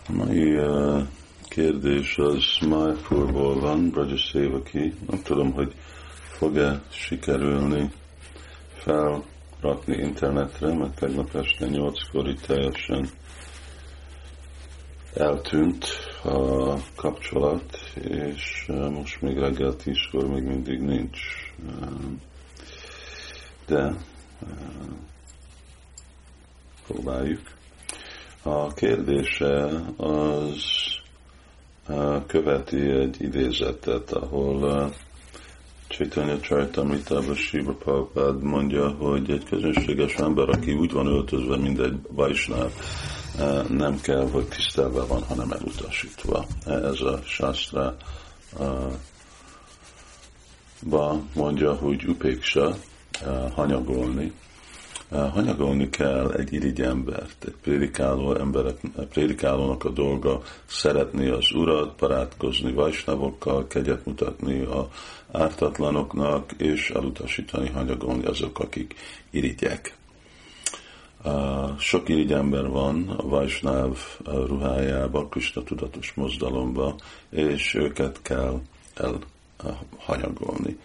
A mai kérdés az Mayapurból van, Braja Sevaki. Nem tudom, hogy fog-e sikerülni felrakni internetre, mert tegnap este 8-kor itt teljesen eltűnt a kapcsolat, és most még reggel 10-kor még mindig nincs. De próbáljuk. A kérdése az követi egy idézetet, ahol Chaitanya Charitamritában Srila Prabhupád mondja, hogy egy közönséges ember, aki úgy van öltözve, mint egy vajsnáv, nem kell, hogy tisztelve van, hanem elutasítva. Ez a sásztra mondja, hogy upéksa, hanyagolni. Hanyagolni kell egy irigy embert, egy prédikálónak a dolga szeretni az Urat, barátkozni vajsnavokkal, kegyet mutatni az ártatlanoknak, és elutasítani, hanyagolni azok, akik irigyek. Sok irigy ember van a vajsnáv ruhájába, Krishna tudatos mozdalomba, és őket kell elhanyagolni.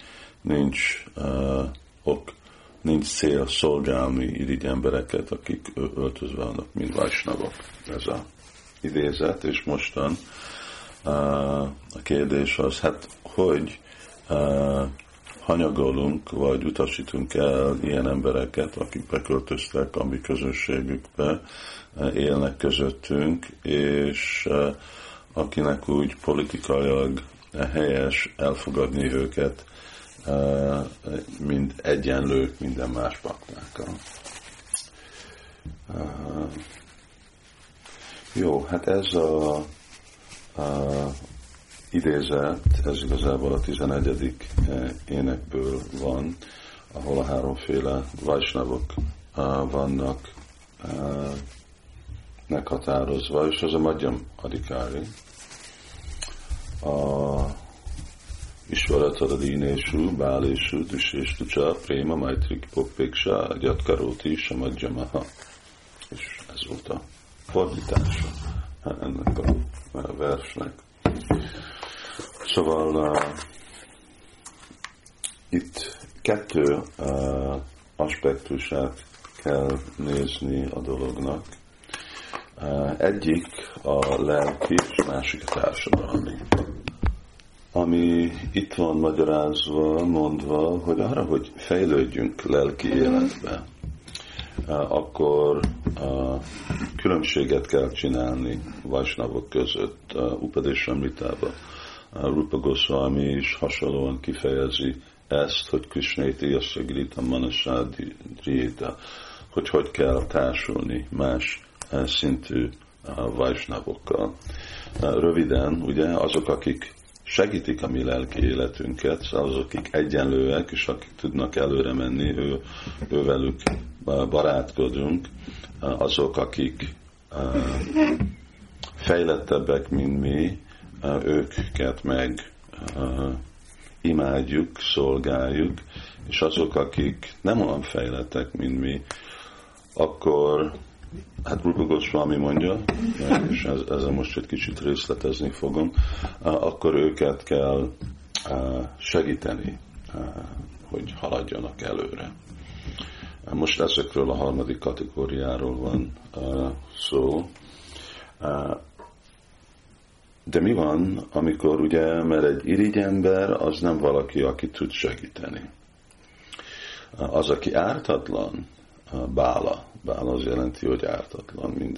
Nincs cél szolgálni irigy embereket, akik öltözve vannak, mint vajsnavok. Ez az idézet, és mostan a kérdés az, hogy hanyagolunk, vagy utasítunk el ilyen embereket, akik beköltöztek a mi közösségükbe, élnek közöttünk, és akinek úgy politikailag helyes elfogadni őket, mint egyenlők minden más baktákkal. Jó, hát ez a idézet, ez igazából a 11. énekből van, ahol a háromféle vajsnavok vannak meghatározva, és az a Madhyam Adhikári. Ishvaratadadíneshu, báléshu, düséstucsa, préma, maitrik, popéksa, gyatkaróti, samadjamaha. És ez volt a fordítása ennek a versnek. Szóval itt kettő aspektusát kell nézni a dolognak. Egyik a lelki, és másik a társadalmi. Ami itt van magyarázva, mondva, hogy arra, hogy fejlődjünk lelki életbe, akkor különbséget kell csinálni vajsnavok között. Upadeshamritában Rupa Goswami is hasonlóan kifejezi ezt, hogy Krishneti Yasagirita Manasadi Drita, hogy kell társulni más szintű vajsnavokkal. Röviden, ugye azok, akik segítik a mi lelki életünket, szóval azok, akik egyenlőek, és akik tudnak előre menni, ővelük barátkozunk, azok, akik fejlettebbek, mint mi, őket meg imádjuk, szolgáljuk, és azok, akik nem olyan fejlettek, mint mi, akkor, hát Rupa Goswami mondja, és ezzel most egy kicsit részletezni fogom, akkor őket kell segíteni, hogy haladjanak előre. Most ezekről a harmadik kategóriáról van szó. De mi van, amikor ugye, mert egy irigy ember az nem valaki, aki tud segíteni. Az, aki ártatlan, bála. Bála az jelenti, hogy ártatlan, mint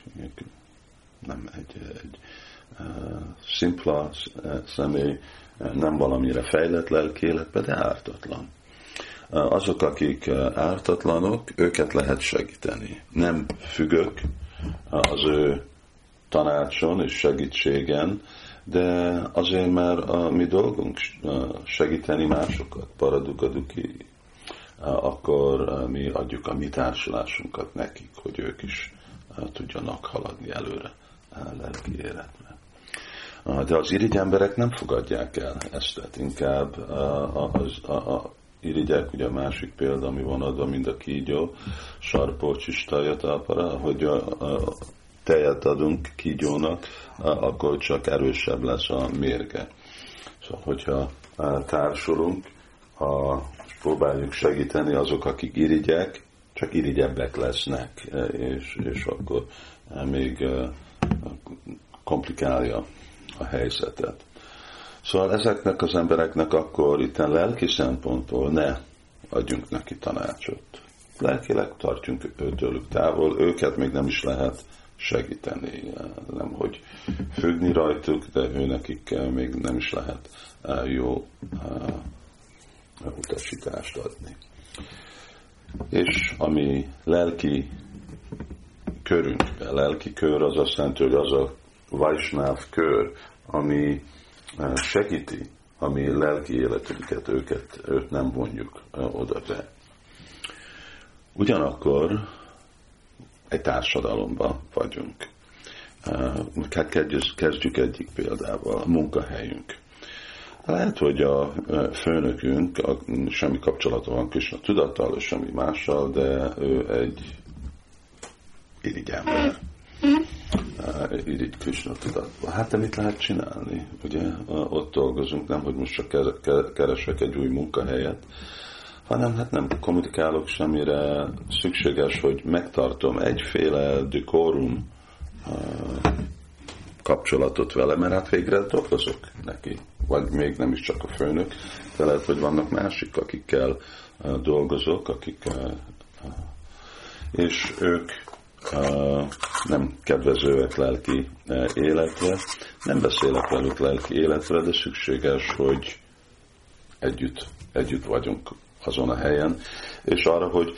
egy szimpla személy, nem valamire fejlett lelki életbe, de ártatlan. Azok, akik ártatlanok, őket lehet segíteni. Nem függök az ő tanácson és segítségen, de azért, mert a mi dolgunk segíteni másokat, paradukaduki, akkor mi adjuk a mi társulásunkat nekik, hogy ők is tudjanak haladni előre lelki életbe. De az irigy emberek nem fogadják el ezt, tehát inkább a irigyek, ugye a másik példa, ami van adva, mind a kígyó, sarpó, csistajat, apara, hogy tejet adunk kígyónak, akkor csak erősebb lesz a mérge. Szóval, hogyha társulunk, próbáljuk segíteni azok, akik irigyek, csak irigyebbek lesznek, és akkor még komplikálja a helyzetet. Szóval ezeknek az embereknek akkor itt lelki szempontból ne adjunk neki tanácsot. Lelkileg tartjunk tőlük távol, őket még nem is lehet segíteni, nem hogy függni rajtuk, de őnekik még nem is lehet jó utasítást adni. És ami lelki körünkben, lelki kör az azt jelenti, hogy az a Vaisnáv kör, ami segíti a mi lelki életünket, őt nem vonjuk oda be. Ugyanakkor egy társadalomban vagyunk. Kezdjük egyik példával, a munkahelyünk. Lehet, hogy a főnökünk semmi kapcsolata van Krisna tudattal, semmi mással, de ő egy irigy ember. Irigy Krisna tudatban. Hát de mit lehet csinálni? Ugye ott dolgozunk, nem, hogy most csak keresek egy új munkahelyet, hanem hát nem kommunikálok semmire, szükséges, hogy megtartom egyféle decorum kapcsolatot vele, mert hát végre dolgozok neki. Vagy még nem is csak a főnök, de lehet, hogy vannak másik, akikkel dolgozok, és ők nem kedvezőek lelki életre, nem beszélek velük lelki életre, de szükséges, hogy együtt vagyunk azon a helyen, és arra, hogy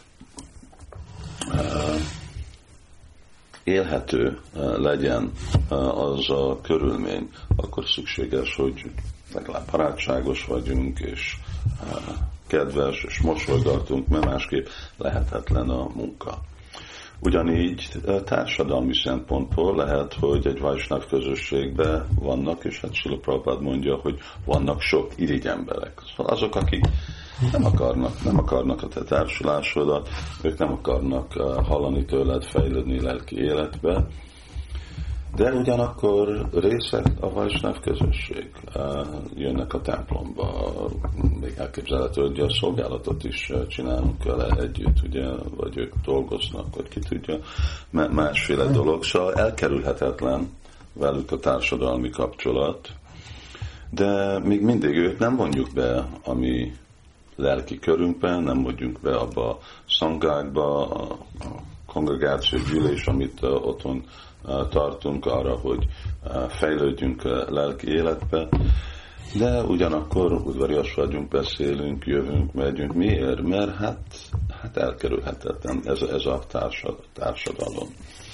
élhető legyen az a körülmény, akkor szükséges, hogy legalább barátságos vagyunk, és kedves, és mosolygatunk, mert másképp lehetetlen a munka. Ugyanígy társadalmi szempontból lehet, hogy egy Vaisnáv közösségben vannak, és hát Srila Prabhupád mondja, hogy vannak sok irigy emberek. Szóval azok, akik nem akarnak a te társulásodat, ők nem akarnak hallani tőled, fejlődni lelki életbe, de ugyanakkor részek a Vaisnáv közösség, jönnek a templomba, még elképzelhető, hogy a szolgálatot is csinálunk vele együtt, ugye, vagy ők dolgoznak, vagy ki tudja, másféle dolog, szóval elkerülhetetlen velük a társadalmi kapcsolat, de még mindig őt nem vonjuk be a mi lelki körünkben, nem mondjuk be abba a szangákba, a kongregáció gyűlés, amit otthon tartunk arra, hogy fejlődjünk a lelki életbe, de ugyanakkor udvarias vagyunk, beszélünk, jövünk, megyünk. Miért? Mert hát elkerülhetetlen ez a társadalom.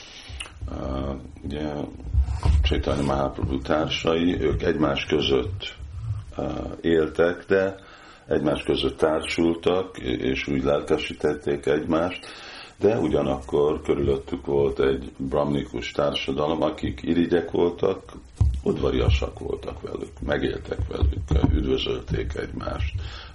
Ugye Chaitanya Mahaprabhu társai, ők egymás között éltek, de egymás között társultak, és úgy lelkesítették egymást, de ugyanakkor körülöttük volt egy brahmanikus társadalom, akik irigyek voltak, udvariasak voltak velük, megéltek velük, üdvözölték egymást.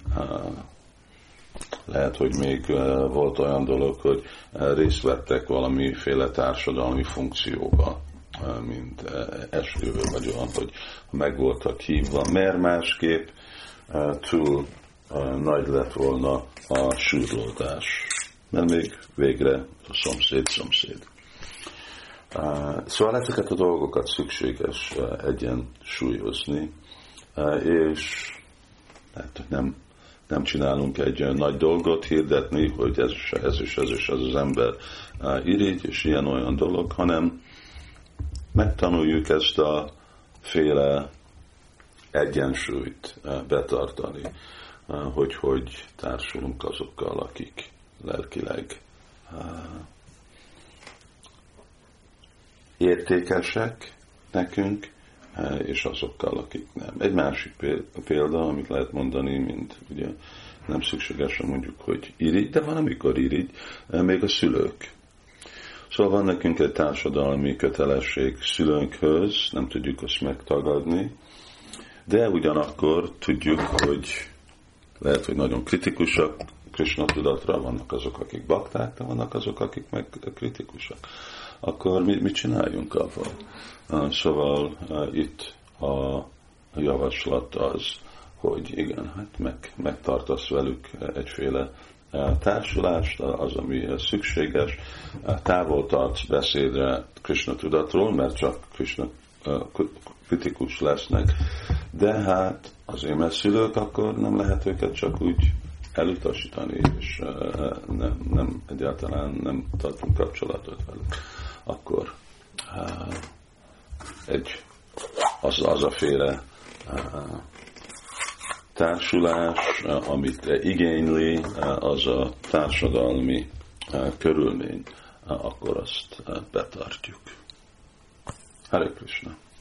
Lehet, hogy még volt olyan dolog, hogy részt vettek valamiféle társadalmi funkcióba, mint esküvő, vagy olyan, hogy meg voltak hívva, mert másképp túl nagy lett volna a súrlódás. Mert még végre a szomszéd. Szóval ezeket a dolgokat szükséges egyensúlyozni, és hát nem csinálunk egy nagy dolgot hirdetni, hogy ez és az ember irigy, és ilyen-olyan dolog, hanem megtanuljuk ezt a féle egyensúlyt betartani, hogy társulunk azokkal, akik lelkileg értékesek nekünk, és azokkal, akik nem. Egy másik példa, amit lehet mondani, mint ugye nem szükségesen mondjuk, hogy irigy, de van, amikor irigy, még a szülők. Szóval van nekünk egy társadalmi kötelesség szülőnkhöz, nem tudjuk azt megtagadni, de ugyanakkor tudjuk, hogy lehet, hogy nagyon kritikusak Krisna tudatra, vannak azok, akik bakták, de vannak azok, akik meg kritikusak. akkor mit csináljunk avval? Szóval itt a javaslat az, hogy igen, hát megtartasz velük egyféle társulást, az, ami szükséges, távol tartsz beszédre Krishna tudatról, mert csak Krishna kritikus lesznek, de hát az émeszülők, akkor nem lehet őket csak úgy elutasítani, és nem egyáltalán nem tartunk kapcsolatot velük. Akkor az a féle társulás, amit igényli, az a társadalmi körülmény, akkor azt betartjuk. Hare Krishna!